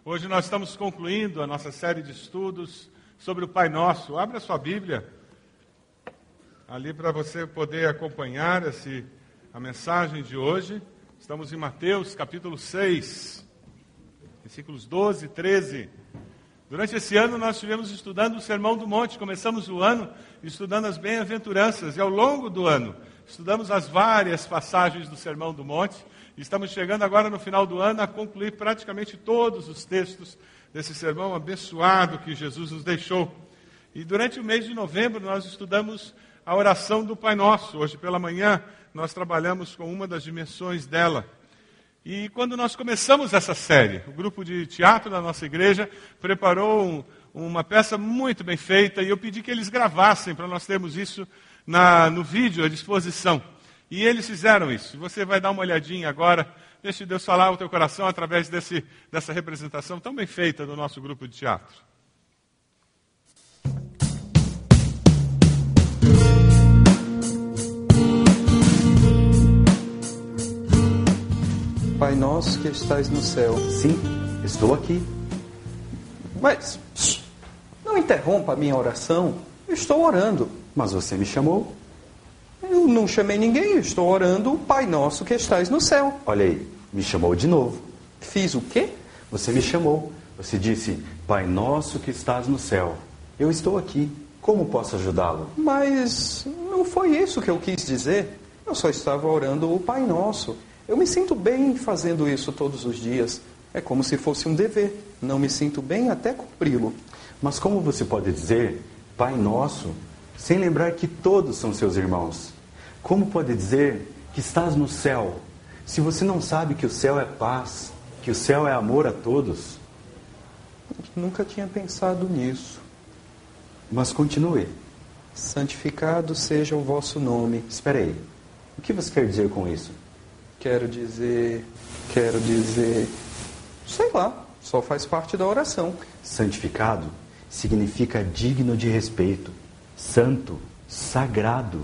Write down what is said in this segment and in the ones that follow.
Hoje nós estamos concluindo a nossa série de estudos sobre o Pai Nosso. Abra sua Bíblia ali para você poder acompanhar a mensagem de hoje. Estamos em Mateus capítulo 6, versículos 12 e 13. Durante esse ano nós estivemos estudando o Sermão do Monte. Começamos o ano estudando as bem-aventuranças e ao longo do ano estudamos as várias passagens do Sermão do Monte. Estamos chegando agora no final do ano a concluir praticamente todos os textos desse sermão abençoado que Jesus nos deixou. E durante o mês de novembro nós estudamos a oração do Pai Nosso. Hoje pela manhã nós trabalhamos com uma das dimensões dela. E quando nós começamos essa série, o grupo de teatro da nossa igreja preparou uma peça muito bem feita e eu pedi que eles gravassem para nós termos isso no vídeo à disposição. E eles fizeram isso. Você vai dar uma olhadinha agora. Deixe Deus falar ao teu coração através dessa representação tão bem feita do nosso grupo de teatro. Pai nosso que estais no céu. Sim, estou aqui. Mas não interrompa a minha oração. Eu estou orando. Mas você me chamou. Eu não chamei ninguém, eu estou orando o Pai Nosso que estais no céu. Olha aí, me chamou de novo. Fiz o quê? Você me chamou. Você disse, Pai Nosso que estás no céu. Eu estou aqui. Como posso ajudá-lo? Mas não foi isso que eu quis dizer. Eu só estava orando o Pai Nosso. Eu me sinto bem fazendo isso todos os dias. É como se fosse um dever. Não me sinto bem até cumpri-lo. Mas como você pode dizer Pai Nosso sem lembrar que todos são seus irmãos? Como pode dizer que estás no céu, se você não sabe que o céu é paz, que o céu é amor a todos? Nunca tinha pensado nisso. Mas continue. Santificado seja o vosso nome. Espera aí. O que você quer dizer com isso? Quero dizer... Sei lá, só faz parte da oração. Santificado significa digno de respeito, santo, sagrado.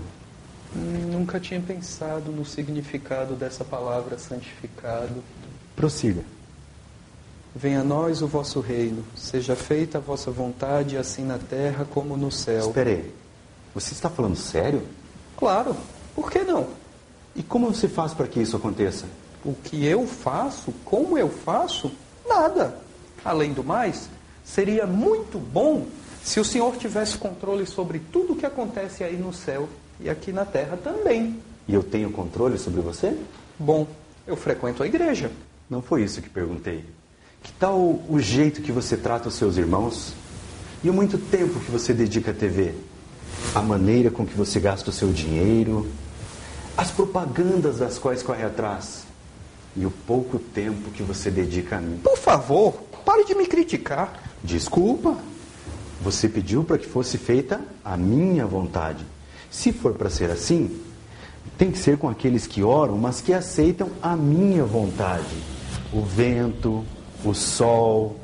Nunca tinha pensado no significado dessa palavra santificado. Prossiga. Venha a nós o vosso reino, seja feita a vossa vontade, assim na terra como no céu. Espera aí, você está falando sério? Claro, por que não? E como você faz para que isso aconteça? O que eu faço? Como eu faço? Nada. Além do mais, seria muito bom se o Senhor tivesse controle sobre tudo o que acontece aí no céu e aqui na terra também. E eu tenho controle sobre você? Bom, eu frequento a igreja. Não foi isso que perguntei. Que tal o jeito que você trata os seus irmãos? E o muito tempo que você dedica à TV? A maneira com que você gasta o seu dinheiro? As propagandas das quais corre atrás? E o pouco tempo que você dedica a mim? Por favor, pare de me criticar. Desculpa. Você pediu para que fosse feita a minha vontade. Se for para ser assim, tem que ser com aqueles que oram, mas que aceitam a minha vontade. O vento, o sol,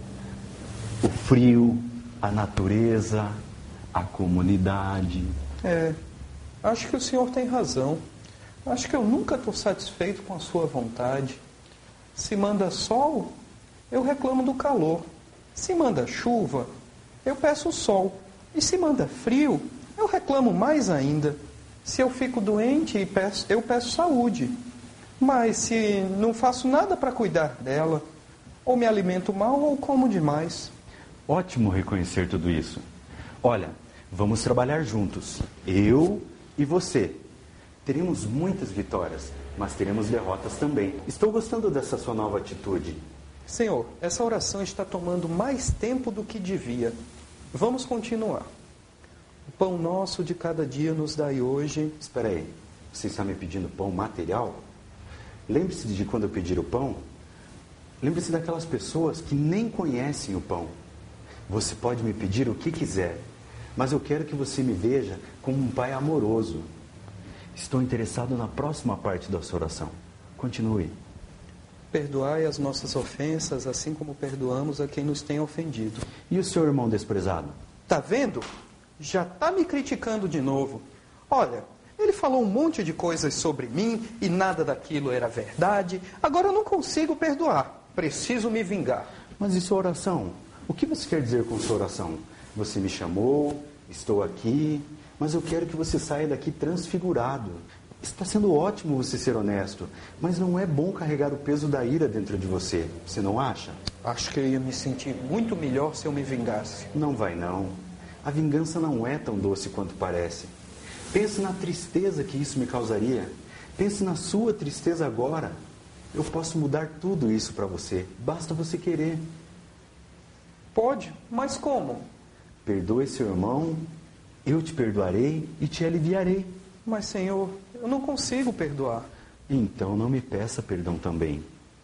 o frio, a natureza, a comunidade. Acho que o senhor tem razão. Acho que eu nunca estou satisfeito com a sua vontade. Se manda sol, eu reclamo do calor. Se manda chuva, eu peço o sol. E se manda frio, eu reclamo mais ainda. Se eu fico doente, eu peço saúde. Mas se não faço nada para cuidar dela, ou me alimento mal ou como demais. Ótimo reconhecer tudo isso. Olha, vamos trabalhar juntos. Eu e você. Teremos muitas vitórias, mas teremos derrotas também. Estou gostando dessa sua nova atitude. Senhor, essa oração está tomando mais tempo do que devia. Vamos continuar. O pão nosso de cada dia nos dai hoje. Espera aí, você está me pedindo pão material? Lembre-se de quando eu pedir o pão. Lembre-se daquelas pessoas que nem conhecem o pão. Você pode me pedir o que quiser, mas eu quero que você me veja como um pai amoroso. Estou interessado na próxima parte da sua oração. Continue. Perdoai as nossas ofensas, assim como perdoamos a quem nos tem ofendido. E o seu irmão desprezado? Tá vendo? Já tá me criticando de novo. Olha, ele falou um monte de coisas sobre mim e nada daquilo era verdade. Agora eu não consigo perdoar. Preciso me vingar. Mas e sua oração? O que você quer dizer com sua oração? Você me chamou, estou aqui, mas eu quero que você saia daqui transfigurado. Está sendo ótimo você ser honesto, mas não é bom carregar o peso da ira dentro de você. Você não acha? Acho que eu ia me sentir muito melhor se eu me vingasse. Não vai não. A vingança não é tão doce quanto parece. Pense na tristeza que isso me causaria. Pense na sua tristeza agora. Eu posso mudar tudo isso para você. Basta você querer. Pode, mas como? Perdoe seu irmão, eu te perdoarei e te aliviarei. Mas, Senhor, eu não consigo perdoar. Então não me peça perdão também.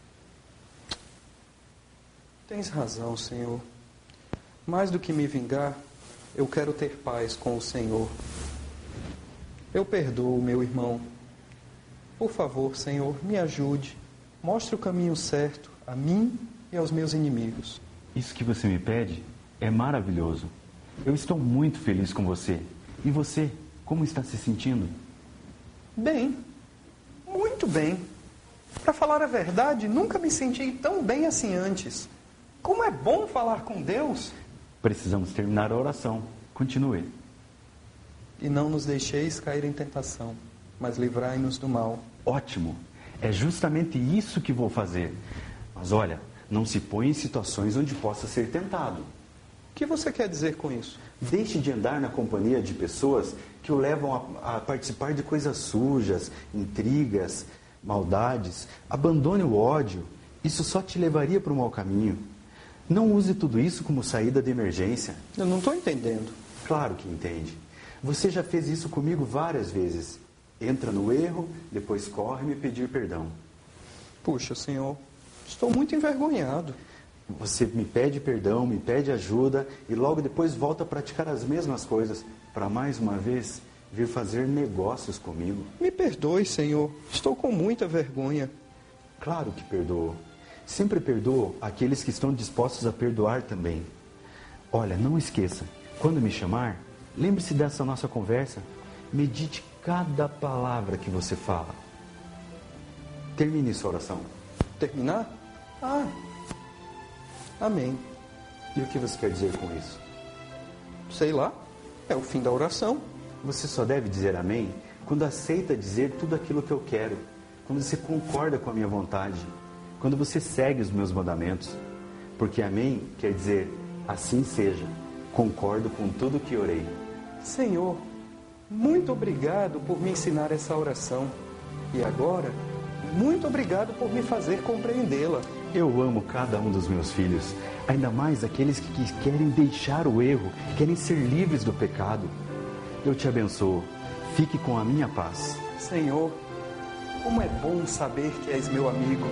Tens razão, Senhor. Mais do que me vingar, eu quero ter paz com o Senhor. Eu perdoo meu irmão. Por favor, Senhor, me ajude. Mostre o caminho certo a mim e aos meus inimigos. Isso que você me pede é maravilhoso. Eu estou muito feliz com você. E você, como está se sentindo? Bem, muito bem. Para falar a verdade, nunca me senti tão bem assim antes. Como é bom falar com Deus! Precisamos terminar a oração. Continue. E não nos deixeis cair em tentação, mas livrai-nos do mal. Ótimo. É justamente isso que vou fazer. Mas olha, não se põe em situações onde possa ser tentado. O que você quer dizer com isso? Deixe de andar na companhia de pessoas que o levam a participar de coisas sujas, intrigas, maldades. Abandone o ódio. Isso só te levaria para um mau caminho. Não use tudo isso como saída de emergência. Eu não estou entendendo. Claro que entende. Você já fez isso comigo várias vezes. Entra no erro, depois corre me pedir perdão. Puxa, Senhor, estou muito envergonhado. Você me pede perdão, me pede ajuda e logo depois volta a praticar as mesmas coisas para mais uma vez vir fazer negócios comigo. Me perdoe, Senhor. Estou com muita vergonha. Claro que perdoo. Sempre perdoo aqueles que estão dispostos a perdoar também. Olha, não esqueça, quando me chamar, lembre-se dessa nossa conversa. Medite cada palavra que você fala. Termine sua oração. Terminar? Amém. E o que você quer dizer com isso? Sei lá. É o fim da oração. Você só deve dizer amém quando aceita dizer tudo aquilo que eu quero. Quando você concorda com a minha vontade. Quando você segue os meus mandamentos. Porque amém quer dizer assim seja. Concordo com tudo que orei. Senhor, muito obrigado por me ensinar essa oração. E agora, muito obrigado por me fazer compreendê-la. Eu amo cada um dos meus filhos, ainda mais aqueles que querem deixar o erro, querem ser livres do pecado. Eu te abençoo. Fique com a minha paz. Senhor, como é bom saber que és meu amigo.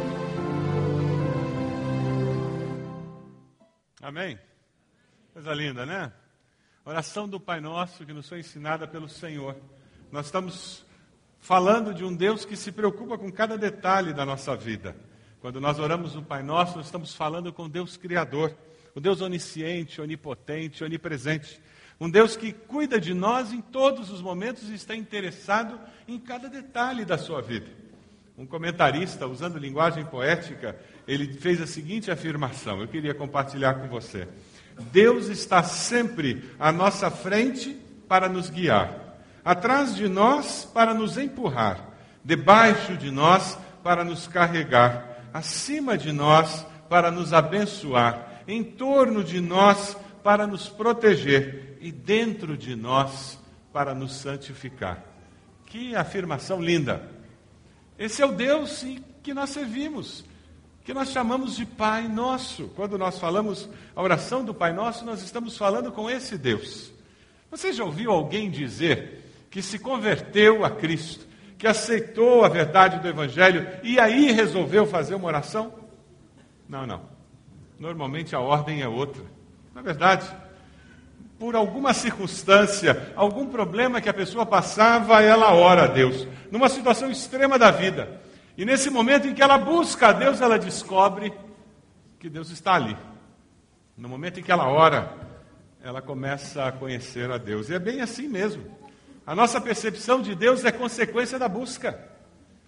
Amém? Coisa linda, né? Oração do Pai Nosso que nos foi ensinada pelo Senhor. Nós estamos falando de um Deus que se preocupa com cada detalhe da nossa vida. Quando nós oramos o Pai Nosso, nós estamos falando com Deus Criador, o Deus onisciente, onipotente, onipresente. Um Deus que cuida de nós em todos os momentos e está interessado em cada detalhe da sua vida. Um comentarista, usando linguagem poética, ele fez a seguinte afirmação, eu queria compartilhar com você. Deus está sempre à nossa frente para nos guiar, atrás de nós para nos empurrar, debaixo de nós para nos carregar, acima de nós para nos abençoar, em torno de nós para nos proteger e dentro de nós para nos santificar. Que afirmação linda! Esse é o Deus que nós servimos, que nós chamamos de Pai Nosso. Quando nós falamos a oração do Pai Nosso, nós estamos falando com esse Deus. Você já ouviu alguém dizer que se converteu a Cristo, que aceitou a verdade do Evangelho e aí resolveu fazer uma oração? Não. Normalmente a ordem é outra. Na verdade, por alguma circunstância, algum problema que a pessoa passava, ela ora a Deus, numa situação extrema da vida. E nesse momento em que ela busca a Deus, ela descobre que Deus está ali. No momento em que ela ora, ela começa a conhecer a Deus. E é bem assim mesmo. A nossa percepção de Deus é consequência da busca.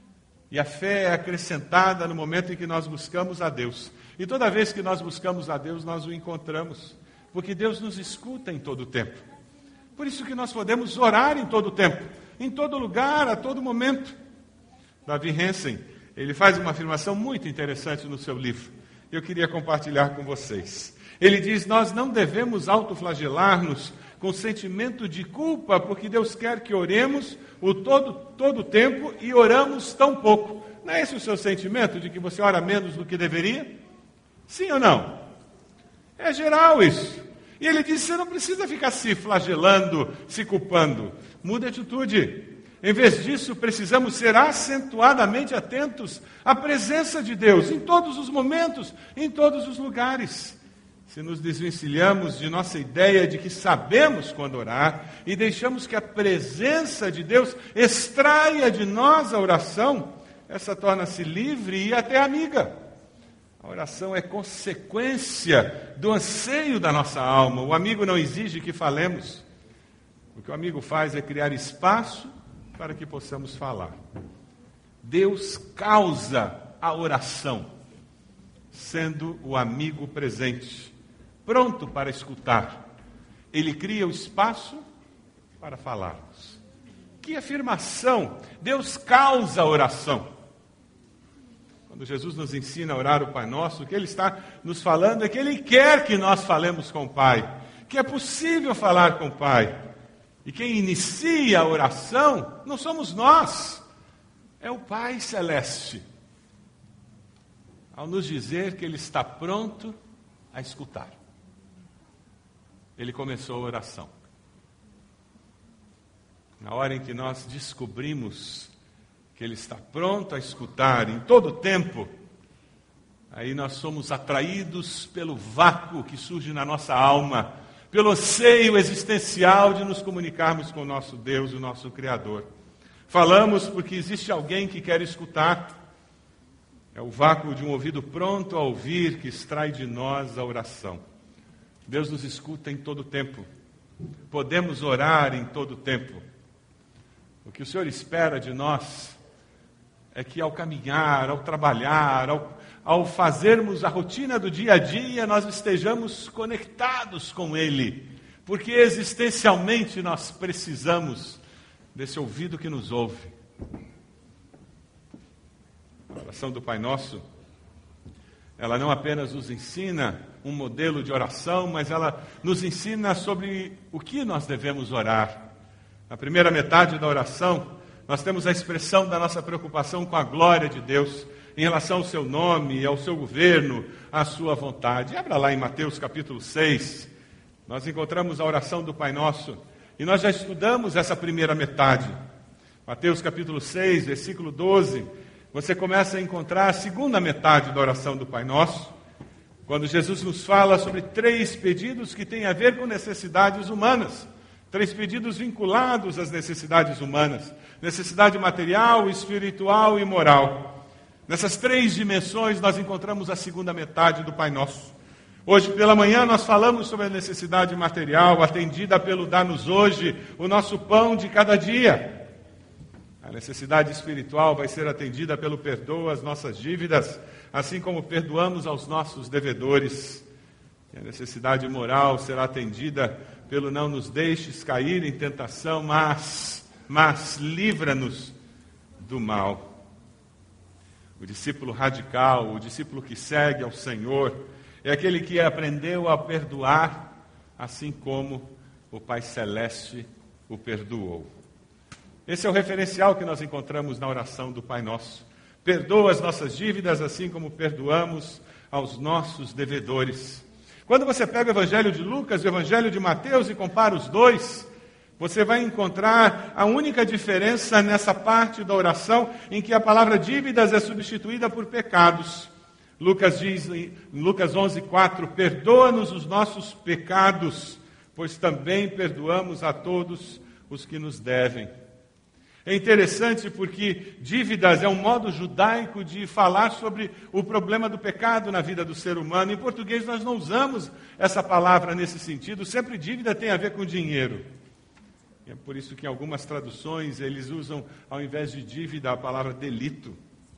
E a fé é acrescentada no momento em que nós buscamos a Deus. E toda vez que nós buscamos a Deus, nós o encontramos. Porque Deus nos escuta em todo o tempo. Por isso que nós podemos orar em todo o tempo, em todo lugar, a todo momento. Davi Hensen, ele faz uma afirmação muito interessante no seu livro. Eu queria compartilhar com vocês. Ele diz, nós não devemos autoflagelar-nos com sentimento de culpa, porque Deus quer que oremos todo o tempo e oramos tão pouco. Não é esse o seu sentimento, de que você ora menos do que deveria? Sim ou não? É geral isso. E ele diz, você não precisa ficar se flagelando, se culpando. Mude a atitude. Em vez disso, precisamos ser acentuadamente atentos à presença de Deus, em todos os momentos, em todos os lugares. Se nos desvencilhamos de nossa ideia de que sabemos quando orar e deixamos que a presença de Deus extraia de nós a oração, essa torna-se livre e até amiga. A oração é consequência do anseio da nossa alma. O amigo não exige que falemos. O que o amigo faz é criar espaço para que possamos falar. Deus causa a oração, sendo o amigo presente, pronto para escutar. Ele cria o espaço para falarmos. Que afirmação! Deus causa a oração. Quando Jesus nos ensina a orar o Pai Nosso, o que Ele está nos falando é que Ele quer que nós falemos com o Pai, que é possível falar com o Pai. E quem inicia a oração não somos nós, é o Pai Celeste, ao nos dizer que Ele está pronto a escutar. Ele começou a oração. Na hora em que nós descobrimos que Ele está pronto a escutar em todo o tempo, aí nós somos atraídos pelo vácuo que surge na nossa alma, pelo anseio existencial de nos comunicarmos com o nosso Deus, o nosso Criador. Falamos porque existe alguém que quer escutar. É o vácuo de um ouvido pronto a ouvir que extrai de nós a oração. Deus nos escuta em todo o tempo. Podemos orar em todo o tempo. O que o Senhor espera de nós é que ao caminhar, ao trabalhar, ao fazermos a rotina do dia a dia, nós estejamos conectados com Ele, porque existencialmente nós precisamos desse ouvido que nos ouve. A oração do Pai Nosso, ela não apenas nos ensina um modelo de oração, mas ela nos ensina sobre o que nós devemos orar. Na primeira metade da oração, nós temos a expressão da nossa preocupação com a glória de Deus, em relação ao seu nome, ao seu governo, à sua vontade. Abra lá em Mateus capítulo 6, nós encontramos a oração do Pai Nosso, e nós já estudamos essa primeira metade. Mateus capítulo 6, versículo 12, você começa a encontrar a segunda metade da oração do Pai Nosso, quando Jesus nos fala sobre 3 pedidos que têm a ver com necessidades humanas. 3 pedidos vinculados às necessidades humanas. Necessidade material, espiritual e moral. Nessas 3 dimensões nós encontramos a segunda metade do Pai Nosso. Hoje pela manhã nós falamos sobre a necessidade material, atendida pelo dá-nos hoje o nosso pão de cada dia. A necessidade espiritual vai ser atendida pelo perdoa as nossas dívidas, assim como perdoamos aos nossos devedores. E a necessidade moral será atendida pelo não nos deixes cair em tentação, mas livra-nos do mal. O discípulo radical, o discípulo que segue ao Senhor, é aquele que aprendeu a perdoar, assim como o Pai Celeste o perdoou. Esse é o referencial que nós encontramos na oração do Pai Nosso. Perdoa as nossas dívidas, assim como perdoamos aos nossos devedores. Quando você pega o Evangelho de Lucas e o Evangelho de Mateus e compara os dois, você vai encontrar a única diferença nessa parte da oração em que a palavra dívidas é substituída por pecados. Lucas diz em Lucas 11:4, perdoa-nos os nossos pecados, pois também perdoamos a todos os que nos devem. É interessante porque dívidas é um modo judaico de falar sobre o problema do pecado na vida do ser humano. Em português nós não usamos essa palavra nesse sentido, sempre dívida tem a ver com dinheiro. É por isso que em algumas traduções eles usam, ao invés de dívida, a palavra delito.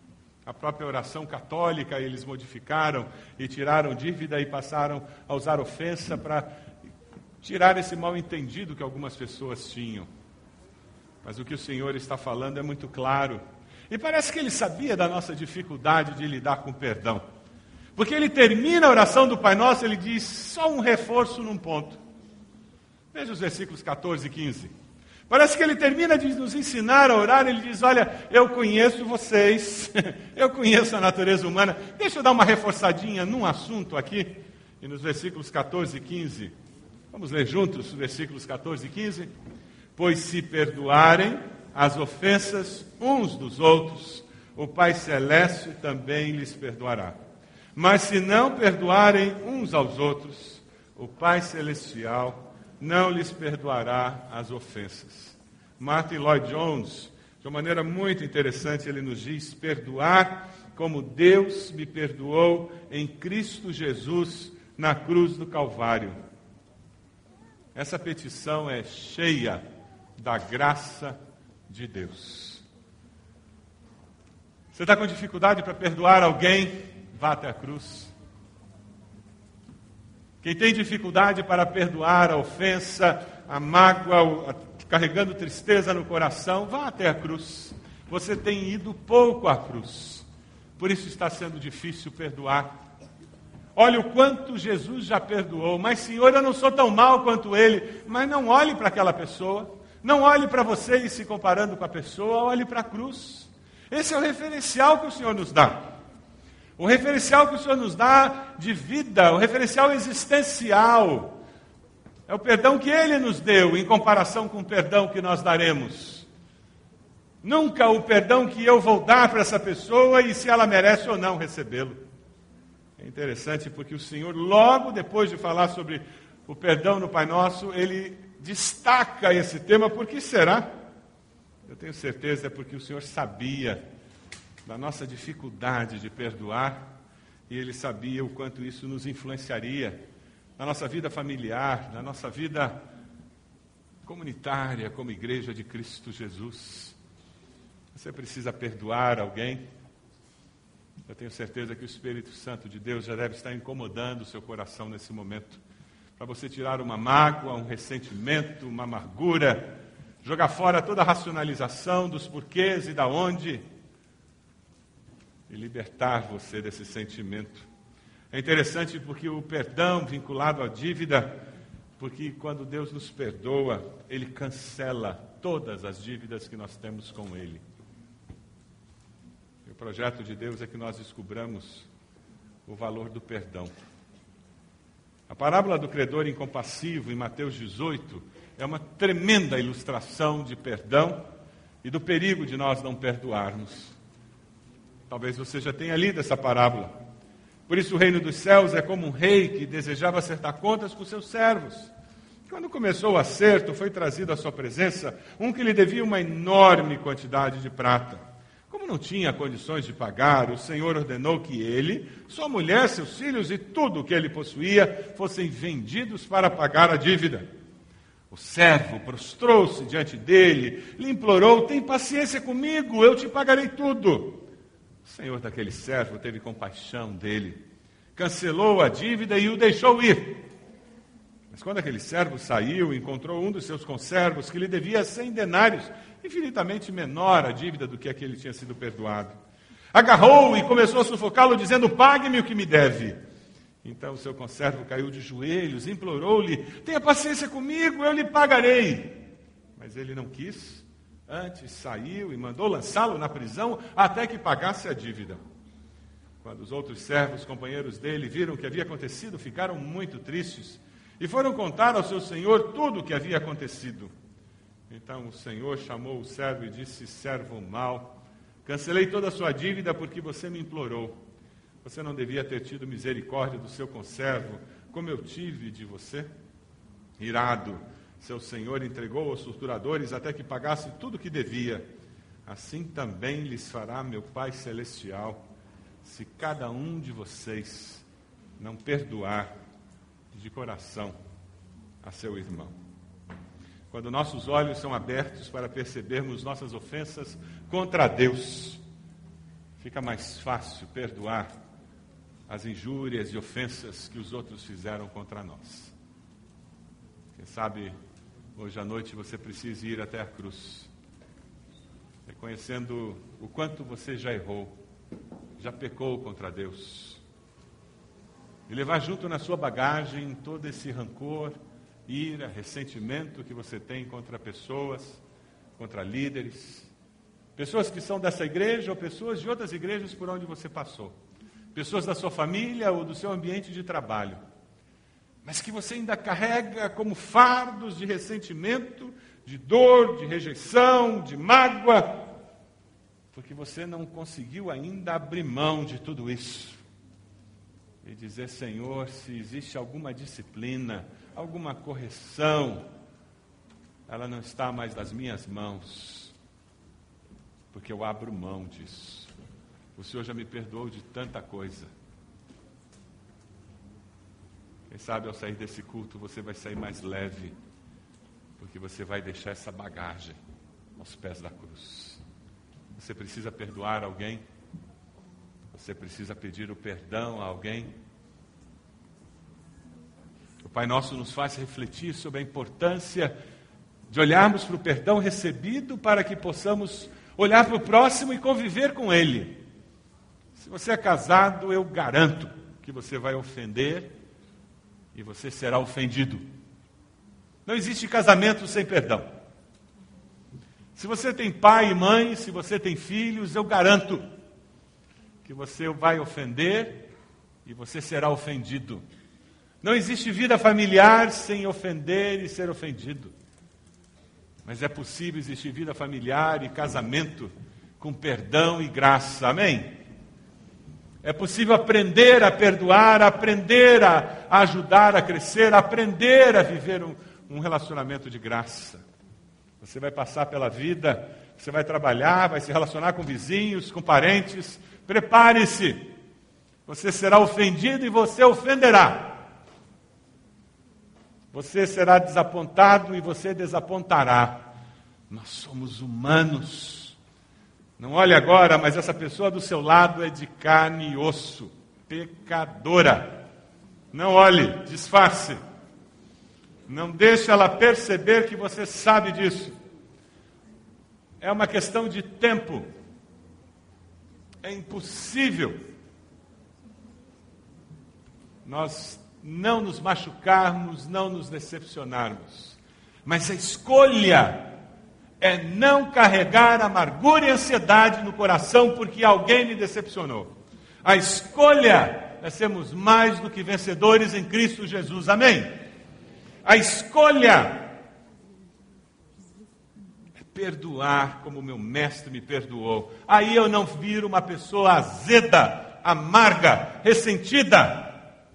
A própria oração católica eles modificaram e tiraram dívida e passaram a usar ofensa para tirar esse mal-entendido que algumas pessoas tinham. Mas o que o Senhor está falando é muito claro. E parece que ele sabia da nossa dificuldade de lidar com perdão. Porque ele termina a oração do Pai Nosso, ele diz só um reforço num ponto. Veja os versículos 14 e 15. Parece que ele termina de nos ensinar a orar, ele diz, olha, eu conheço vocês, eu conheço a natureza humana. Deixa eu dar uma reforçadinha num assunto aqui, e nos versículos 14 e 15. Vamos ler juntos os versículos 14 e 15? Pois se perdoarem as ofensas uns dos outros, o Pai Celeste também lhes perdoará. Mas se não perdoarem uns aos outros, o Pai Celestial não lhes perdoará as ofensas. Martin Lloyd-Jones, de uma maneira muito interessante, ele nos diz, perdoar como Deus me perdoou em Cristo Jesus na cruz do Calvário. Essa petição é cheia da graça de Deus. Você está com dificuldade para perdoar alguém? Vá até a cruz. Quem tem dificuldade para perdoar a ofensa, a mágoa, carregando tristeza no coração, vá até a cruz. Você tem ido pouco à cruz. Por isso está sendo difícil perdoar. Olha o quanto Jesus já perdoou. Mas, Senhor, eu não sou tão mal quanto Ele. Mas não olhe para aquela pessoa. Não olhe para você e se comparando com a pessoa. Olhe para a cruz. Esse é o referencial que o Senhor nos dá. O referencial que o Senhor nos dá de vida, o referencial existencial, é o perdão que Ele nos deu, em comparação com o perdão que nós daremos. Nunca o perdão que eu vou dar para essa pessoa e se ela merece ou não recebê-lo. É interessante porque o Senhor, logo depois de falar sobre o perdão no Pai Nosso, Ele destaca esse tema. Por que será? Eu tenho certeza, é porque o Senhor sabia da nossa dificuldade de perdoar, e Ele sabia o quanto isso nos influenciaria na nossa vida familiar, na nossa vida comunitária, como igreja de Cristo Jesus. Você precisa perdoar alguém? Eu tenho certeza que o Espírito Santo de Deus já deve estar incomodando o seu coração nesse momento, para você tirar uma mágoa, um ressentimento, uma amargura, jogar fora toda a racionalização dos porquês e da onde, e libertar você desse sentimento. É interessante porque o perdão vinculado à dívida, porque quando Deus nos perdoa, Ele cancela todas as dívidas que nós temos com Ele. E o projeto de Deus é que nós descobramos o valor do perdão. A parábola do credor incompassivo, em Mateus 18, é uma tremenda ilustração de perdão e do perigo de nós não perdoarmos. Talvez você já tenha lido essa parábola. Por isso o reino dos céus é como um rei que desejava acertar contas com seus servos. Quando começou o acerto, foi trazido à sua presença um que lhe devia uma enorme quantidade de prata. Como não tinha condições de pagar, o Senhor ordenou que ele, sua mulher, seus filhos e tudo o que ele possuía fossem vendidos para pagar a dívida. O servo prostrou-se diante dele, lhe implorou, tem paciência comigo, eu te pagarei tudo. O senhor daquele servo teve compaixão dele, cancelou a dívida e o deixou ir. Mas quando aquele servo saiu, encontrou um dos seus conservos que lhe devia 100 denários, infinitamente menor a dívida do que aquele tinha sido perdoado. Agarrou-o e começou a sufocá-lo, dizendo, pague-me o que me deve. Então o seu conservo caiu de joelhos, implorou-lhe, tenha paciência comigo, eu lhe pagarei. Mas ele não quis. Antes saiu e mandou lançá-lo na prisão até que pagasse a dívida. Quando os outros servos, companheiros dele, viram o que havia acontecido, ficaram muito tristes e foram contar ao seu senhor tudo o que havia acontecido. Então o senhor chamou o servo e disse, servo mau, cancelei toda a sua dívida porque você me implorou. Você não devia ter tido misericórdia do seu conservo, como eu tive de você? Irado, seu senhor entregou aos torturadores até que pagasse tudo o que devia. Assim também lhes fará meu Pai Celestial, se cada um de vocês não perdoar de coração a seu irmão. Quando nossos olhos são abertos para percebermos nossas ofensas contra Deus, fica mais fácil perdoar as injúrias e ofensas que os outros fizeram contra nós. Quem sabe hoje à noite você precisa ir até a cruz, reconhecendo o quanto você já errou, já pecou contra Deus, e levar junto na sua bagagem todo esse rancor, ira, ressentimento que você tem contra pessoas, contra líderes, pessoas que são dessa igreja ou pessoas de outras igrejas por onde você passou, pessoas da sua família ou do seu ambiente de trabalho, mas que você ainda carrega como fardos de ressentimento, de dor, de rejeição, de mágoa, porque você não conseguiu ainda abrir mão de tudo isso e dizer: Senhor, se existe alguma disciplina, alguma correção, ela não está mais nas minhas mãos, porque eu abro mão disso. O Senhor já me perdoou de tanta coisa. Quem sabe ao sair desse culto você vai sair mais leve, porque você vai deixar essa bagagem aos pés da cruz. Você precisa perdoar alguém? Você precisa pedir o perdão a alguém? O Pai Nosso nos faz refletir sobre a importância de olharmos para o perdão recebido para que possamos olhar para o próximo e conviver com ele. Se você é casado, eu garanto que você vai ofender e você será ofendido. Não existe casamento sem perdão. Se você tem pai e mãe, se você tem filhos, eu garanto que você vai ofender e você será ofendido. Não existe vida familiar sem ofender e ser ofendido. Mas é possível existir vida familiar e casamento com perdão e graça. Amém? É possível aprender a perdoar, aprender a ajudar a crescer, aprender a viver um relacionamento de graça. Você vai passar pela vida, você vai trabalhar, vai se relacionar com vizinhos, com parentes. Prepare-se. Você será ofendido e você ofenderá. Você será desapontado e você desapontará. Nós somos humanos. Não olhe agora, mas essa pessoa do seu lado é de carne e osso, pecadora. Não olhe, disfarce. Não deixe ela perceber que você sabe disso. É uma questão de tempo. É impossível nós não nos machucarmos, não nos decepcionarmos. Mas a escolha é não carregar amargura e ansiedade no coração porque alguém me decepcionou. A escolha é sermos mais do que vencedores em Cristo Jesus. Amém? A escolha é perdoar como meu mestre me perdoou. Aí eu não viro uma pessoa azeda, amarga, ressentida.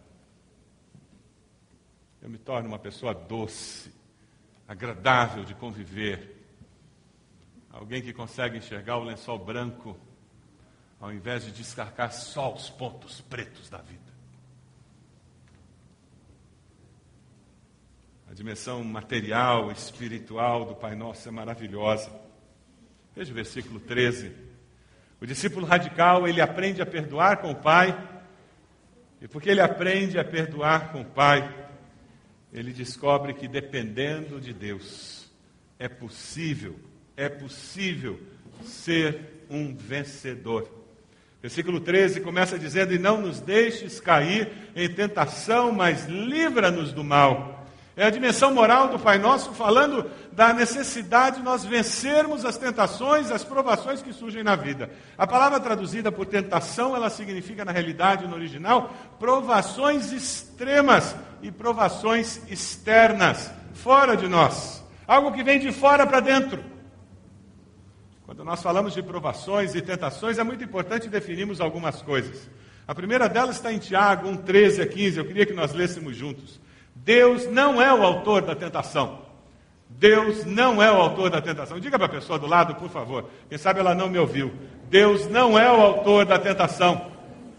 Eu me torno uma pessoa doce, agradável de conviver. Alguém que consegue enxergar o lençol branco, ao invés de descarcar só os pontos pretos da vida. A dimensão material, espiritual do Pai Nosso é maravilhosa. Veja o versículo 13. O discípulo radical, ele aprende a perdoar com o Pai, e porque ele aprende a perdoar com o Pai, ele descobre que dependendo de Deus, é possível ser um vencedor. Versículo 13 começa dizendo: e não nos deixes cair em tentação, mas livra-nos do mal. É a dimensão moral do Pai Nosso falando da necessidade de nós vencermos as tentações, as provações que surgem na vida. A palavra traduzida por tentação, ela significa na realidade, no original, provações extremas e provações externas, fora de nós. Algo que vem de fora para dentro. Quando nós falamos de provações e tentações, é muito importante definirmos algumas coisas. A primeira delas está em Tiago 1:13 a 15, eu queria que nós lêssemos juntos. Deus não é o autor da tentação. Deus não é o autor da tentação. Diga para a pessoa do lado, por favor. Quem sabe ela não me ouviu. Deus não é o autor da tentação.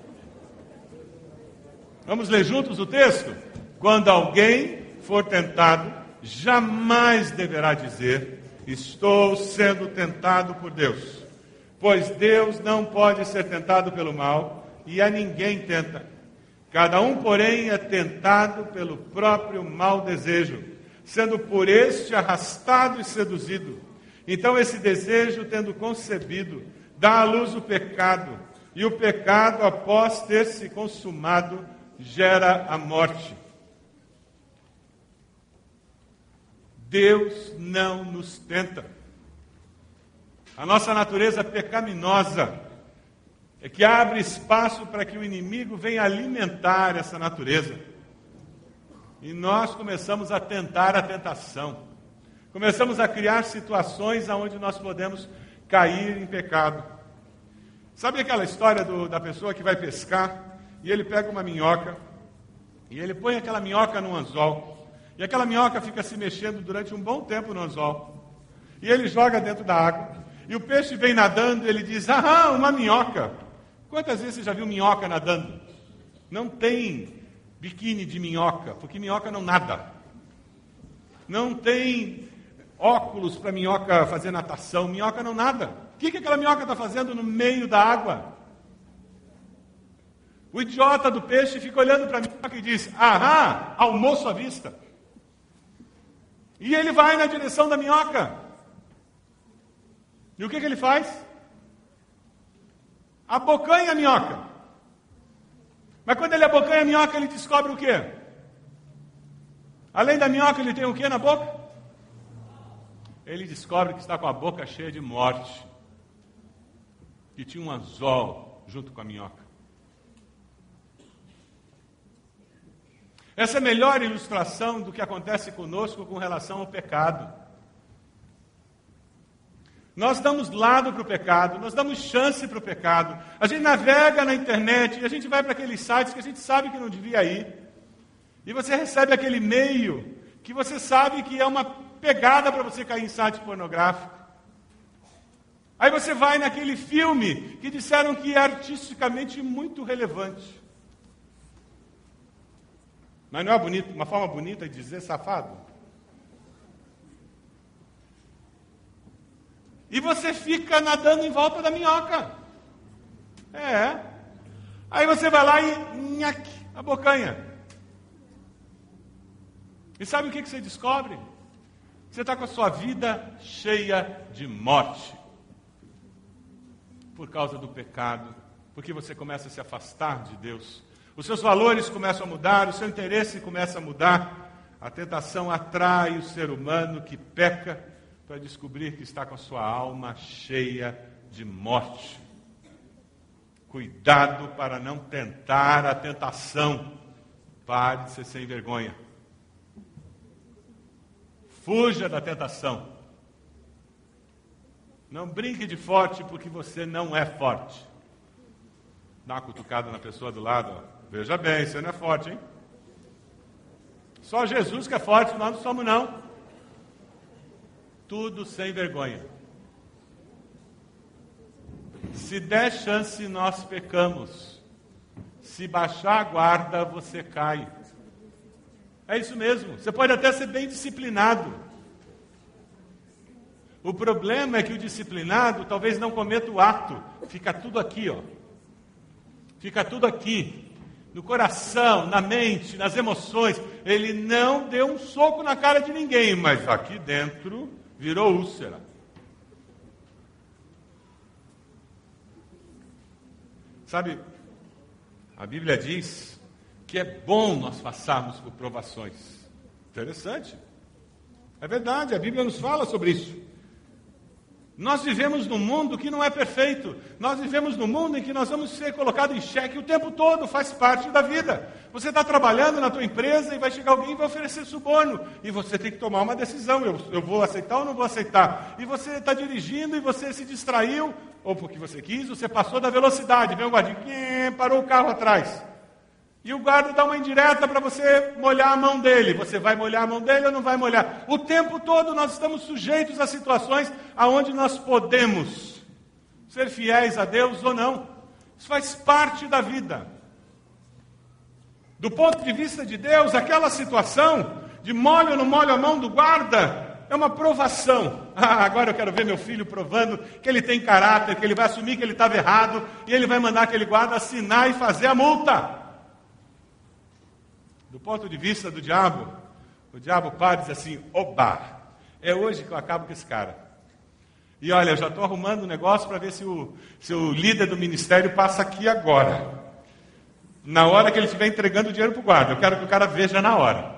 Vamos ler juntos o texto? Quando alguém for tentado, jamais deverá dizer: estou sendo tentado por Deus. Pois Deus não pode ser tentado pelo mal, e a ninguém tenta. Cada um, porém, é tentado pelo próprio mau desejo, sendo por este arrastado e seduzido. Então esse desejo, tendo concebido, dá à luz o pecado, e o pecado, após ter se consumado, gera a morte. Deus não nos tenta. A nossa natureza pecaminosa é que abre espaço para que o inimigo venha alimentar essa natureza. E nós começamos a tentar a tentação. Começamos a criar situações onde nós podemos cair em pecado. Sabe aquela história da pessoa que vai pescar e ele pega uma minhoca e ele põe aquela minhoca no anzol e aquela minhoca fica se mexendo durante um bom tempo no anzol e ele joga dentro da água e o peixe vem nadando e ele diz: ah, uma minhoca. Quantas vezes você já viu minhoca nadando? Não tem biquíni de minhoca, porque minhoca não nada. Não tem óculos para minhoca fazer natação, minhoca não nada. O que aquela minhoca está fazendo no meio da água? O idiota do peixe fica olhando para a minhoca e diz: aham, almoço à vista. E ele vai na direção da minhoca. E o que ele faz? Abocanha a minhoca. Mas quando ele abocanha a minhoca, ele descobre o quê? Além da minhoca, ele tem o quê na boca? Ele descobre que está com a boca cheia de morte. Que tinha um anzol junto com a minhoca. Essa é a melhor ilustração do que acontece conosco com relação ao pecado. Nós damos lado para o pecado, nós damos chance para o pecado. A gente navega na internet e a gente vai para aqueles sites que a gente sabe que não devia ir. E você recebe aquele e-mail que você sabe que é uma pegada para você cair em site pornográfico. Aí você vai naquele filme que disseram que é artisticamente muito relevante. Mas não é bonito, uma forma bonita de dizer safado? E você fica nadando em volta da minhoca. É. Aí você vai lá e nhaque, abocanha. E sabe o que você descobre? Você está com a sua vida cheia de morte. Por causa do pecado. Porque você começa a se afastar de Deus. Os seus valores começam a mudar, o seu interesse começa a mudar. A tentação atrai o ser humano que peca para descobrir que está com a sua alma cheia de morte. Cuidado para não tentar a tentação. Pare de ser sem vergonha. Fuja da tentação. Não brinque de forte porque você não é forte. Dá uma cutucada na pessoa do lado. Ó. Veja bem, você não é forte, hein? Só Jesus que é forte, nós não somos não. Tudo sem vergonha. Se der chance, nós pecamos. Se baixar a guarda, você cai. É isso mesmo. Você pode até ser bem disciplinado. O problema é que o disciplinado talvez não cometa o ato. Fica tudo aqui, ó. Fica tudo aqui. No coração, na mente, nas emoções. Ele não deu um soco na cara de ninguém, mas aqui dentro virou úlcera. Sabe, a Bíblia diz que é bom nós passarmos por provações. Interessante. É verdade, a Bíblia nos fala sobre isso. Nós vivemos num mundo que não é perfeito. Nós vivemos num mundo em que nós vamos ser colocados em xeque o tempo todo, faz parte da vida. Você está trabalhando na tua empresa e vai chegar alguém e vai oferecer suborno. E você tem que tomar uma decisão, eu vou aceitar ou não vou aceitar. E você está dirigindo e você se distraiu, ou porque você quis, você passou da velocidade. Vem o guardinha, parou o carro atrás. E o guarda dá uma indireta para você molhar a mão dele. Você vai molhar a mão dele ou não vai molhar? O tempo todo nós estamos sujeitos a situações onde nós podemos ser fiéis a Deus ou não. Isso faz parte da vida. Do ponto de vista de Deus, aquela situação de molho ou não molho a mão do guarda é uma provação. Agora eu quero ver meu filho provando que ele tem caráter, que ele vai assumir que ele estava errado, e ele vai mandar aquele guarda assinar e fazer a multa. Do ponto de vista do diabo, o diabo para e diz assim, oba, é hoje que eu acabo com esse cara. E olha, eu já estou arrumando um negócio para ver se o líder do ministério passa aqui agora. Na hora que ele estiver entregando o dinheiro para o guarda. Eu quero que o cara veja na hora.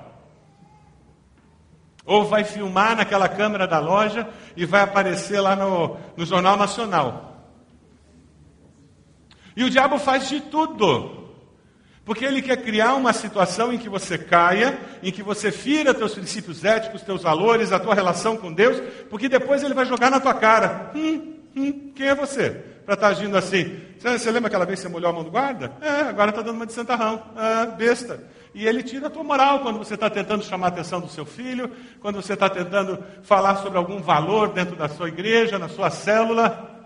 Ou vai filmar naquela câmera da loja e vai aparecer lá no Jornal Nacional. E o diabo faz de tudo. Porque ele quer criar uma situação em que você caia, em que você fira teus princípios éticos, teus valores, a tua relação com Deus, porque depois ele vai jogar na tua cara. Quem é você para estar agindo assim? Você lembra aquela vez que você molhou a mão do guarda? Agora está dando uma de santarrão. Besta. E ele tira a tua moral quando você está tentando chamar a atenção do seu filho, quando você está tentando falar sobre algum valor dentro da sua igreja, na sua célula.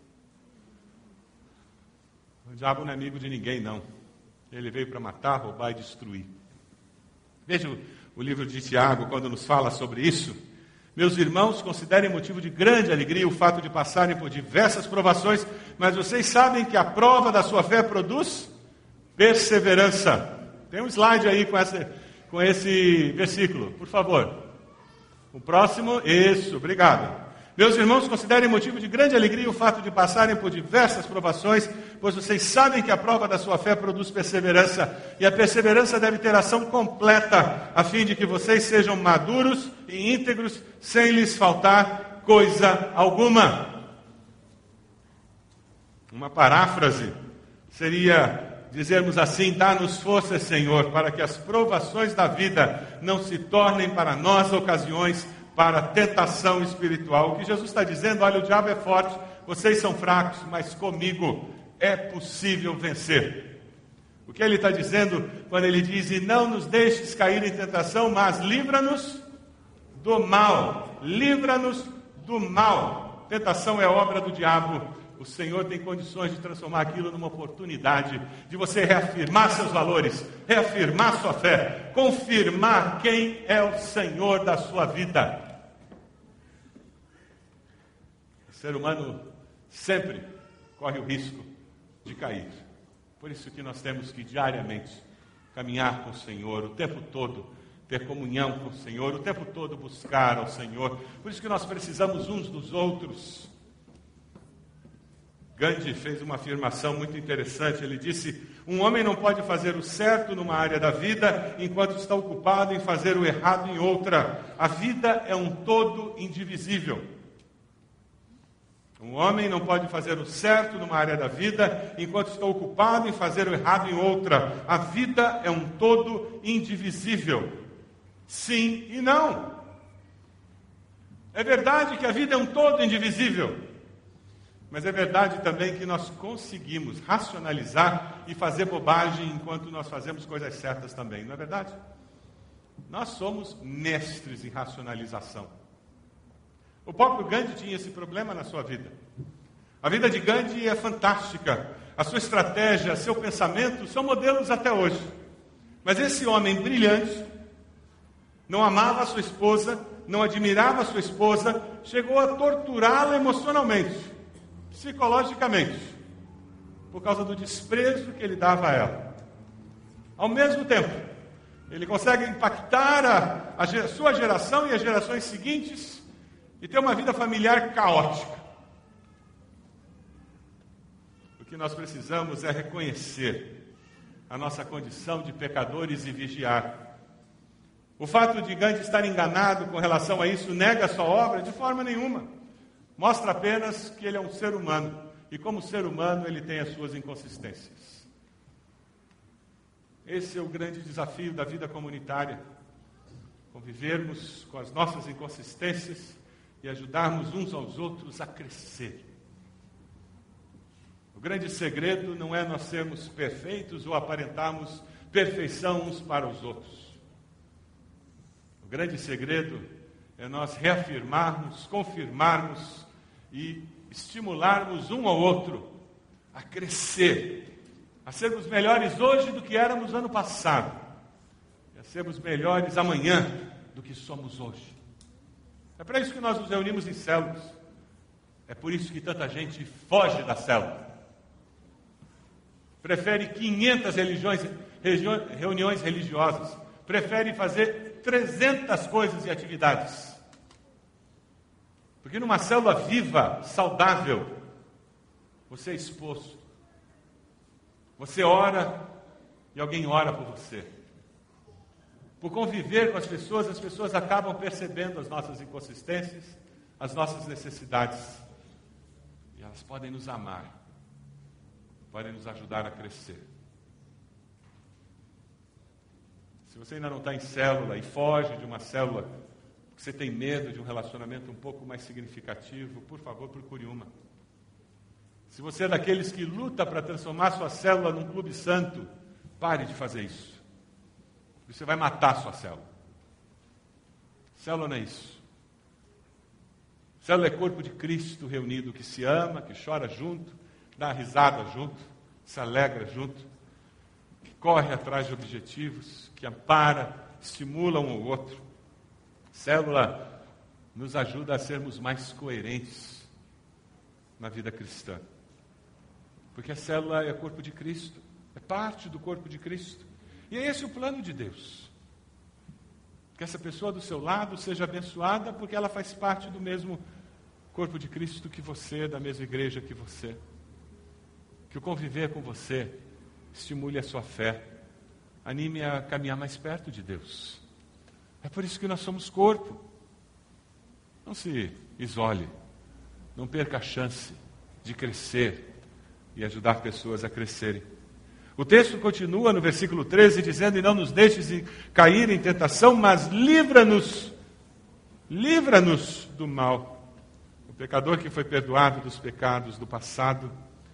O diabo não é amigo de ninguém, não. Ele veio para matar, roubar e destruir. Veja o livro de Tiago, quando nos fala sobre isso. Meus irmãos, considerem motivo de grande alegria o fato de passarem por diversas provações, mas vocês sabem que a prova da sua fé produz perseverança. Tem um slide aí com esse versículo, por favor. O próximo, isso, obrigado. Meus irmãos, considerem motivo de grande alegria o fato de passarem por diversas provações, pois vocês sabem que a prova da sua fé produz perseverança, e a perseverança deve ter ação completa, a fim de que vocês sejam maduros e íntegros, sem lhes faltar coisa alguma. Uma paráfrase seria dizermos assim, dá-nos força, Senhor, para que as provações da vida não se tornem para nós ocasiões para tentação espiritual. O que Jesus está dizendo, olha, o diabo é forte, vocês são fracos, mas comigo é possível vencer. O que ele está dizendo quando ele diz, e não nos deixes cair em tentação, mas livra-nos do mal. Livra-nos do mal. Tentação é obra do diabo. O Senhor tem condições de transformar aquilo numa oportunidade de você reafirmar seus valores, reafirmar sua fé, confirmar quem é o Senhor da sua vida. O ser humano sempre corre o risco de cair. Por isso que nós temos que diariamente caminhar com o Senhor, o tempo todo ter comunhão com o Senhor, o tempo todo buscar ao Senhor. Por isso que nós precisamos uns dos outros. Gandhi fez uma afirmação muito interessante. Ele disse, um homem não pode fazer o certo numa área da vida enquanto está ocupado em fazer o errado em outra. A vida é um todo indivisível. Um homem não pode fazer o certo numa área da vida enquanto está ocupado em fazer o errado em outra. A vida é um todo indivisível. Sim e não. É verdade que a vida é um todo indivisível. Mas é verdade também que nós conseguimos racionalizar e fazer bobagem enquanto nós fazemos coisas certas também, não é verdade? Nós somos mestres em racionalização. O próprio Gandhi tinha esse problema na sua vida. A vida de Gandhi é fantástica. A sua estratégia, seu pensamento são modelos até hoje. Mas esse homem brilhante não amava a sua esposa, não admirava a sua esposa, chegou a torturá-la emocionalmente, psicologicamente, por causa do desprezo que ele dava a ela. Ao mesmo tempo, ele consegue impactar a sua geração e as gerações seguintes e ter uma vida familiar caótica. O que nós precisamos é reconhecer a nossa condição de pecadores e vigiar. O fato de Gandhi estar enganado com relação a isso nega a sua obra de forma nenhuma. Mostra apenas que ele é um ser humano. E como ser humano, ele tem as suas inconsistências. Esse é o grande desafio da vida comunitária. Convivermos com as nossas inconsistências e ajudarmos uns aos outros a crescer. O grande segredo não é nós sermos perfeitos ou aparentarmos perfeição uns para os outros. O grande segredo é nós reafirmarmos, confirmarmos e estimularmos um ao outro a crescer, a sermos melhores hoje do que éramos ano passado, e a sermos melhores amanhã do que somos hoje. É para isso que nós nos reunimos em células. É por isso que tanta gente foge da célula. Prefere 500 reuniões religiosas. Prefere fazer 300 coisas e atividades. Porque numa célula viva, saudável, você é exposto. Você ora e alguém ora por você. Por conviver com as pessoas acabam percebendo as nossas inconsistências, as nossas necessidades. E elas podem nos amar, podem nos ajudar a crescer. Se você ainda não está em célula e foge de uma célula, porque você tem medo de um relacionamento um pouco mais significativo, por favor, procure uma. Se você é daqueles que luta para transformar sua célula num clube santo, pare de fazer isso. Você vai matar sua célula. Célula não é isso. Célula é corpo de Cristo reunido, que se ama, que chora junto, dá risada junto, se alegra junto, que corre atrás de objetivos, que ampara, estimula um ao outro. Célula nos ajuda a sermos mais coerentes na vida cristã. Porque a célula é o corpo de Cristo, é parte do corpo de Cristo. E é esse o plano de Deus. Que essa pessoa do seu lado seja abençoada porque ela faz parte do mesmo corpo de Cristo que você, da mesma igreja que você. Que o conviver com você estimule a sua fé, anime a caminhar mais perto de Deus. É por isso que nós somos corpo. Não se isole, não perca a chance de crescer e ajudar pessoas a crescerem. O texto continua no versículo 13, dizendo: e não nos deixes cair em tentação, mas livra-nos do mal. O pecador que foi perdoado dos pecados do passado,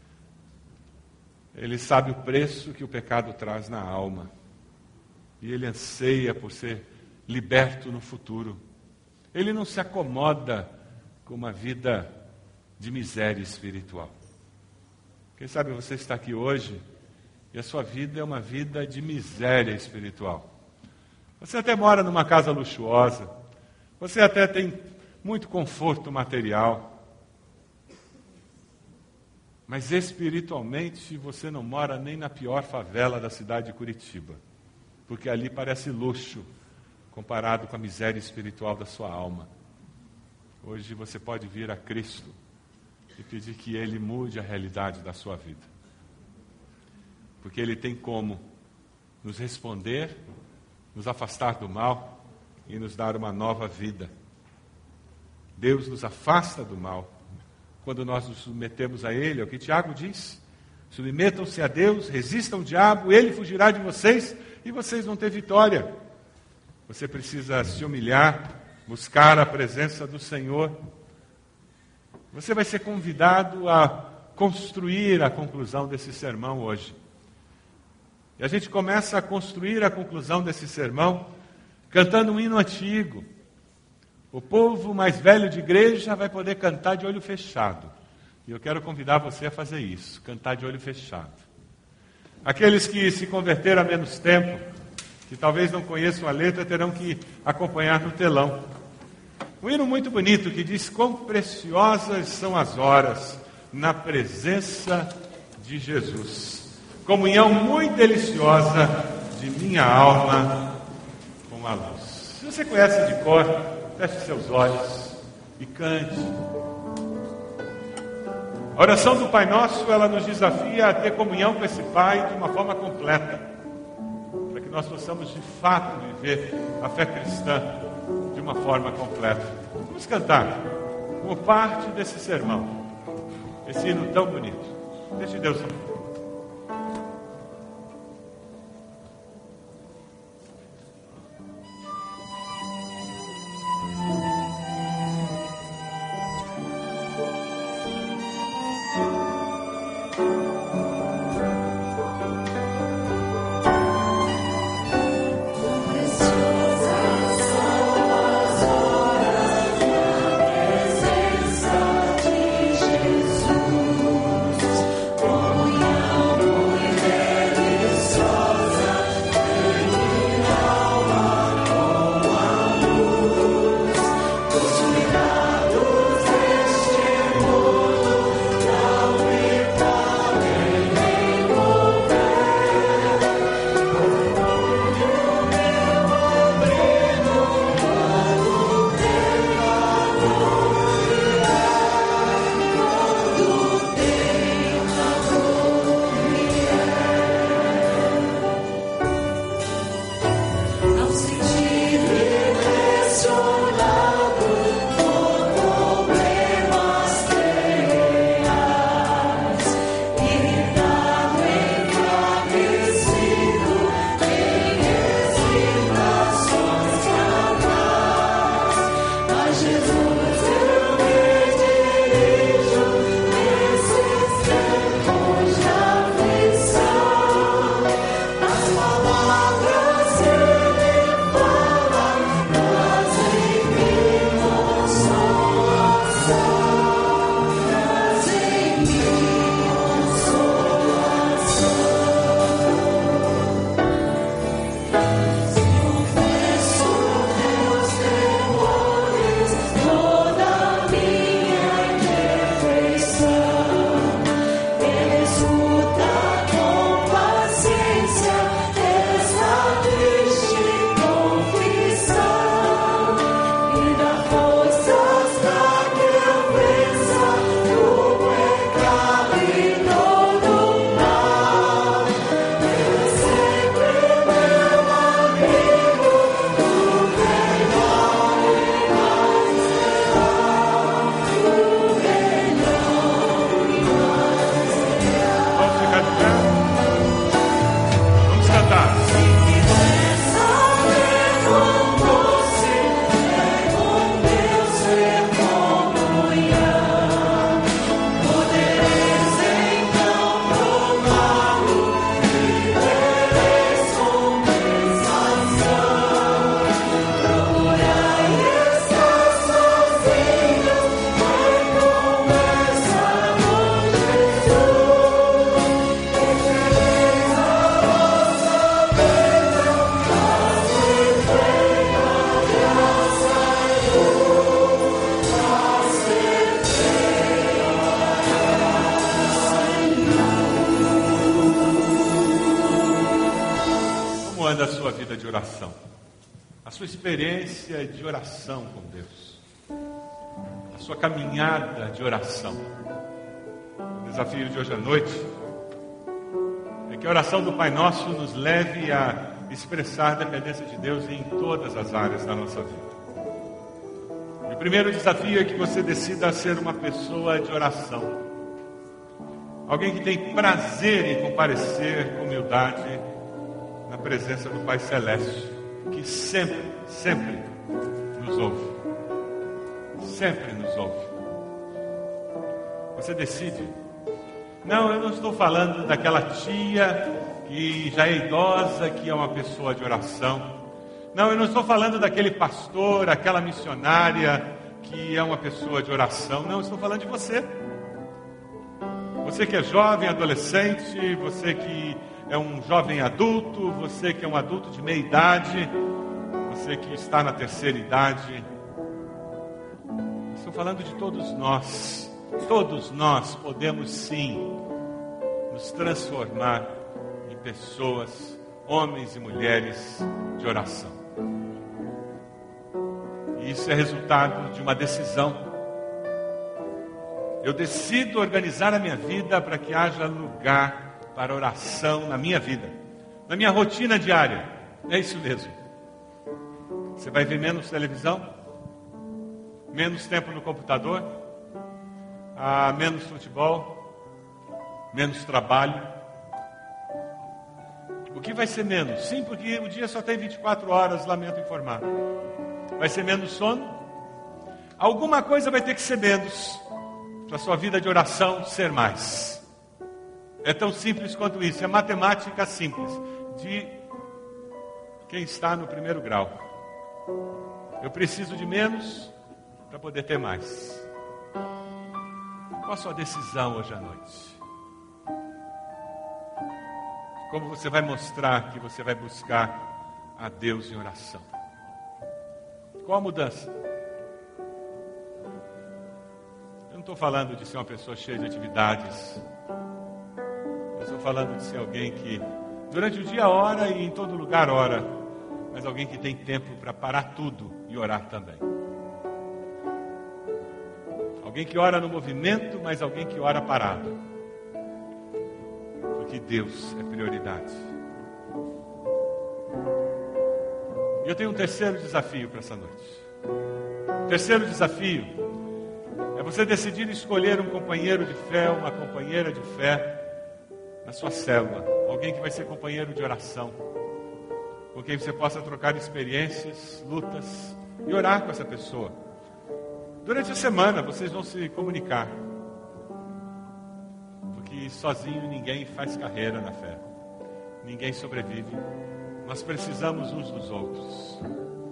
ele sabe o preço que o pecado traz na alma. E ele anseia por ser liberto no futuro. Ele não se acomoda com uma vida de miséria espiritual. Quem sabe você está aqui hoje e a sua vida é uma vida de miséria espiritual. Você até mora numa casa luxuosa, você até tem muito conforto material, mas espiritualmente você não mora nem na pior favela da cidade de Curitiba, porque ali parece luxo comparado com a miséria espiritual da sua alma. Hoje você pode vir a Cristo e pedir que Ele mude a realidade da sua vida. Porque Ele tem como nos responder, nos afastar do mal e nos dar uma nova vida. Deus nos afasta do mal quando nós nos submetemos a Ele, é o que Tiago diz. Submetam-se a Deus, resistam ao diabo, Ele fugirá de vocês e vocês vão ter vitória. Você precisa se humilhar, buscar a presença do Senhor. Você vai ser convidado a construir a conclusão desse sermão hoje. E a gente começa a construir a conclusão desse sermão cantando um hino antigo. O povo mais velho de igreja vai poder cantar de olho fechado. E eu quero convidar você a fazer isso, cantar de olho fechado. Aqueles que se converteram há menos tempo, que talvez não conheçam a letra, terão que acompanhar no telão. Um hino muito bonito que diz: quão preciosas são as horas na presença de Jesus. Comunhão muito deliciosa de minha alma com a luz. Se você conhece de cor, feche seus olhos e cante. A oração do Pai Nosso, ela nos desafia a ter comunhão com esse Pai de uma forma completa, para que nós possamos de fato viver a fé cristã de uma forma completa. Vamos cantar como parte desse sermão, esse hino tão bonito. Deixe Deus falar. Oh, yeah. oração, a sua experiência de oração com Deus, a sua caminhada de oração. O desafio de hoje à noite é que a oração do Pai Nosso nos leve a expressar a dependência de Deus em todas as áreas da nossa vida. E o primeiro desafio é que você decida ser uma pessoa de oração. Alguém que tem prazer em comparecer com humildade na presença do Pai Celeste, que sempre, sempre nos ouve. Sempre nos ouve. Você decide. Não, eu não estou falando daquela tia que já é idosa, que é uma pessoa de oração. Não, eu não estou falando daquele pastor, aquela missionária que é uma pessoa de oração. Não, eu estou falando de você. Você que é jovem, adolescente, você que é um jovem adulto, você que é um adulto de meia idade, você que está na terceira idade. Estou falando de todos nós. Todos nós podemos sim nos transformar em pessoas, homens e mulheres de oração. E isso é resultado de uma decisão. Eu decido organizar a minha vida para que haja lugar para oração na minha vida, na minha rotina diária. É isso mesmo. Você vai ver menos televisão, menos tempo no computador, menos futebol, menos trabalho. O que vai ser menos? Sim, porque o dia só tem 24 horas, lamento informar. Vai ser menos sono? Alguma coisa vai ter que ser menos para a sua vida de oração ser mais. É tão simples quanto isso. É matemática simples de quem está no primeiro grau. Eu preciso de menos para poder ter mais. Qual a sua decisão hoje à noite? Como você vai mostrar que você vai buscar a Deus em oração? Qual a mudança? Eu não estou falando de ser uma pessoa cheia de atividades. Eu estou falando de ser alguém que durante o dia ora e em todo lugar ora, mas alguém que tem tempo para parar tudo e orar também. Alguém que ora no movimento, mas alguém que ora parado. Porque Deus é prioridade. E eu tenho um terceiro desafio para essa noite. O terceiro desafio é você decidir escolher um companheiro de fé, uma companheira de fé na sua célula. Alguém que vai ser companheiro de oração. Com quem você possa trocar experiências, lutas e orar com essa pessoa. Durante a semana vocês vão se comunicar. Porque sozinho ninguém faz carreira na fé. Ninguém sobrevive. Nós precisamos uns dos outros.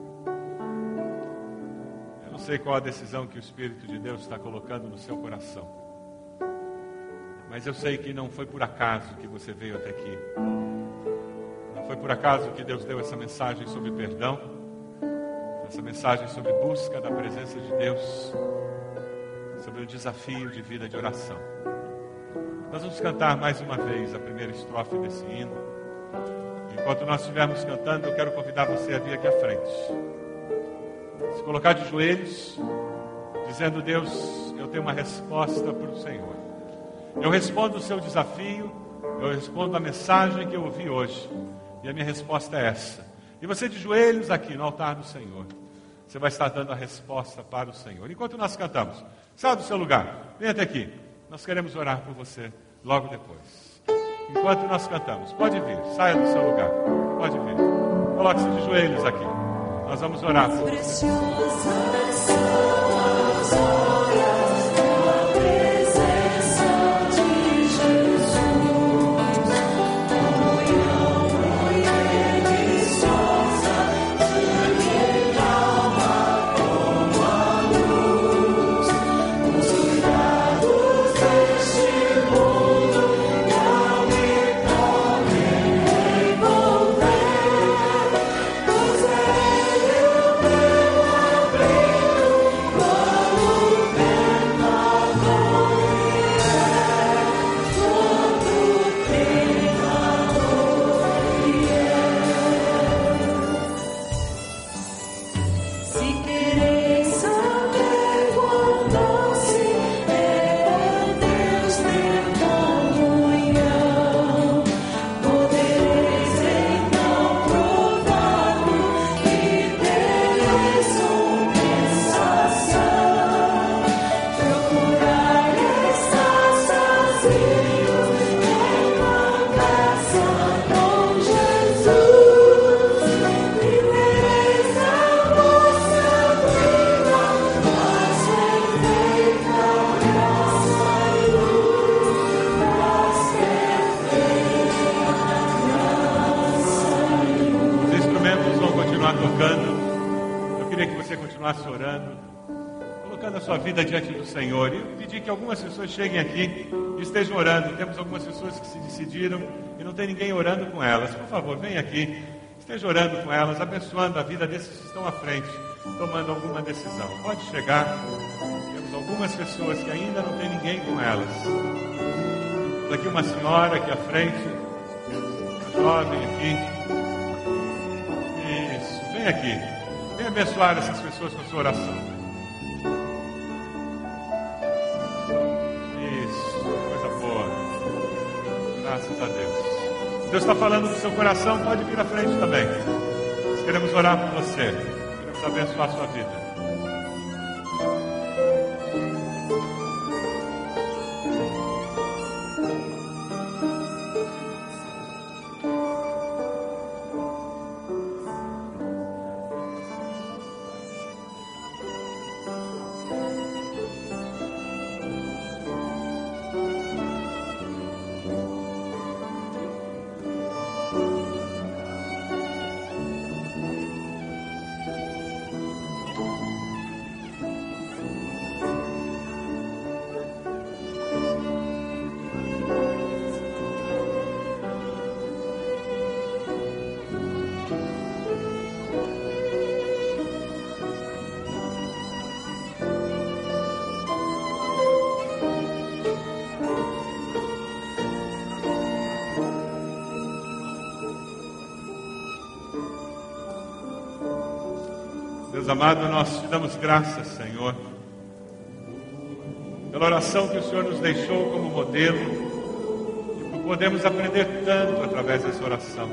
Eu não sei qual a decisão que o Espírito de Deus está colocando no seu coração. Mas eu sei que não foi por acaso que você veio até aqui. Não foi por acaso que Deus deu essa mensagem sobre perdão. Essa mensagem sobre busca da presença de Deus. Sobre o desafio de vida de oração. Nós vamos cantar mais uma vez a primeira estrofe desse hino. Enquanto nós estivermos cantando, eu quero convidar você a vir aqui à frente. Se colocar de joelhos, dizendo: Deus, eu tenho uma resposta para o Senhor. Eu respondo o seu desafio, eu respondo a mensagem que eu ouvi hoje. E a minha resposta é essa. E você de joelhos aqui no altar do Senhor, você vai estar dando a resposta para o Senhor. Enquanto nós cantamos, saia do seu lugar, venha até aqui. Nós queremos orar por você logo depois. Enquanto nós cantamos, pode vir, saia do seu lugar, pode vir. Coloque-se de joelhos aqui. Nós vamos orar por você. continuar tocando, eu queria que você continuasse orando, colocando a sua vida diante do Senhor. E eu pedi que algumas pessoas cheguem aqui e estejam orando. Temos algumas pessoas que se decidiram e não tem ninguém orando com elas. Por favor, venha aqui, esteja orando com elas, abençoando a vida desses que estão à frente, tomando alguma decisão. Pode chegar. Temos algumas pessoas que ainda não tem ninguém com elas. Daqui uma senhora aqui à frente, uma jovem aqui. Isso, vem aqui. Vem abençoar essas pessoas com a sua oração. Isso, coisa boa. Graças a Deus. Deus está falando no seu coração, pode vir à frente também. Nós queremos orar por você. Queremos abençoar a sua vida. Deus amado, nós te damos graças, Senhor, pela oração que o Senhor nos deixou como modelo, e podemos aprender tanto através dessa oração.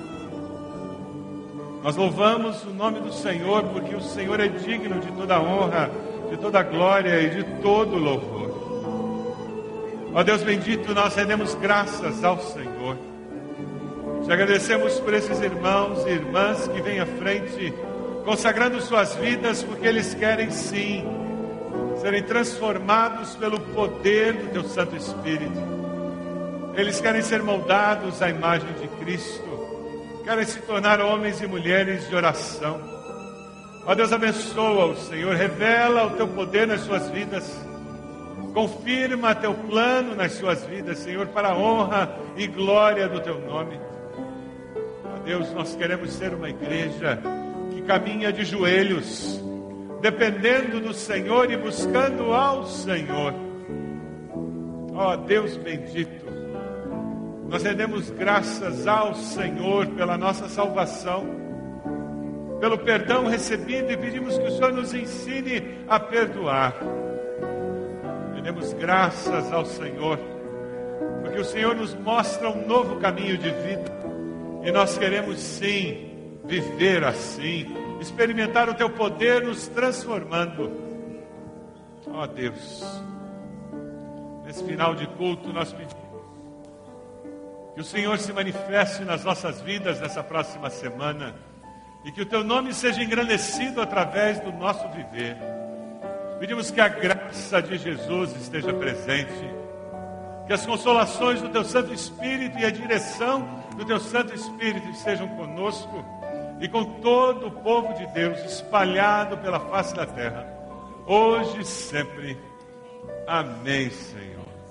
Nós louvamos o nome do Senhor, porque o Senhor é digno de toda honra, de toda glória e de todo louvor. Ó Deus bendito, nós rendemos graças ao Senhor. Te agradecemos por esses irmãos e irmãs que vêm à frente, consagrando suas vidas, porque eles querem sim serem transformados pelo poder do Teu Santo Espírito. Eles querem ser moldados à imagem de Cristo, querem se tornar homens e mulheres de oração. Ó Deus, abençoa-os, Senhor, revela o Teu poder nas suas vidas, confirma Teu plano nas suas vidas, Senhor, para a honra e glória do Teu nome. Ó Deus, nós queremos ser uma igreja que caminha de joelhos, dependendo do Senhor e buscando ao Senhor. Ó Deus bendito, nós rendemos graças ao Senhor pela nossa salvação, pelo perdão recebido, e pedimos que o Senhor nos ensine a perdoar. Rendemos graças ao Senhor, porque o Senhor nos mostra um novo caminho de vida, e nós queremos sim viver assim, experimentar o Teu poder nos transformando. Ó Deus, nesse final de culto nós pedimos que o Senhor se manifeste nas nossas vidas nessa próxima semana, e que o Teu nome seja engrandecido através do nosso viver. Pedimos que a graça de Jesus esteja presente, que as consolações do Teu Santo Espírito e a direção do Teu Santo Espírito estejam conosco e com todo o povo de Deus espalhado pela face da terra, hoje e sempre. Amém, Senhor.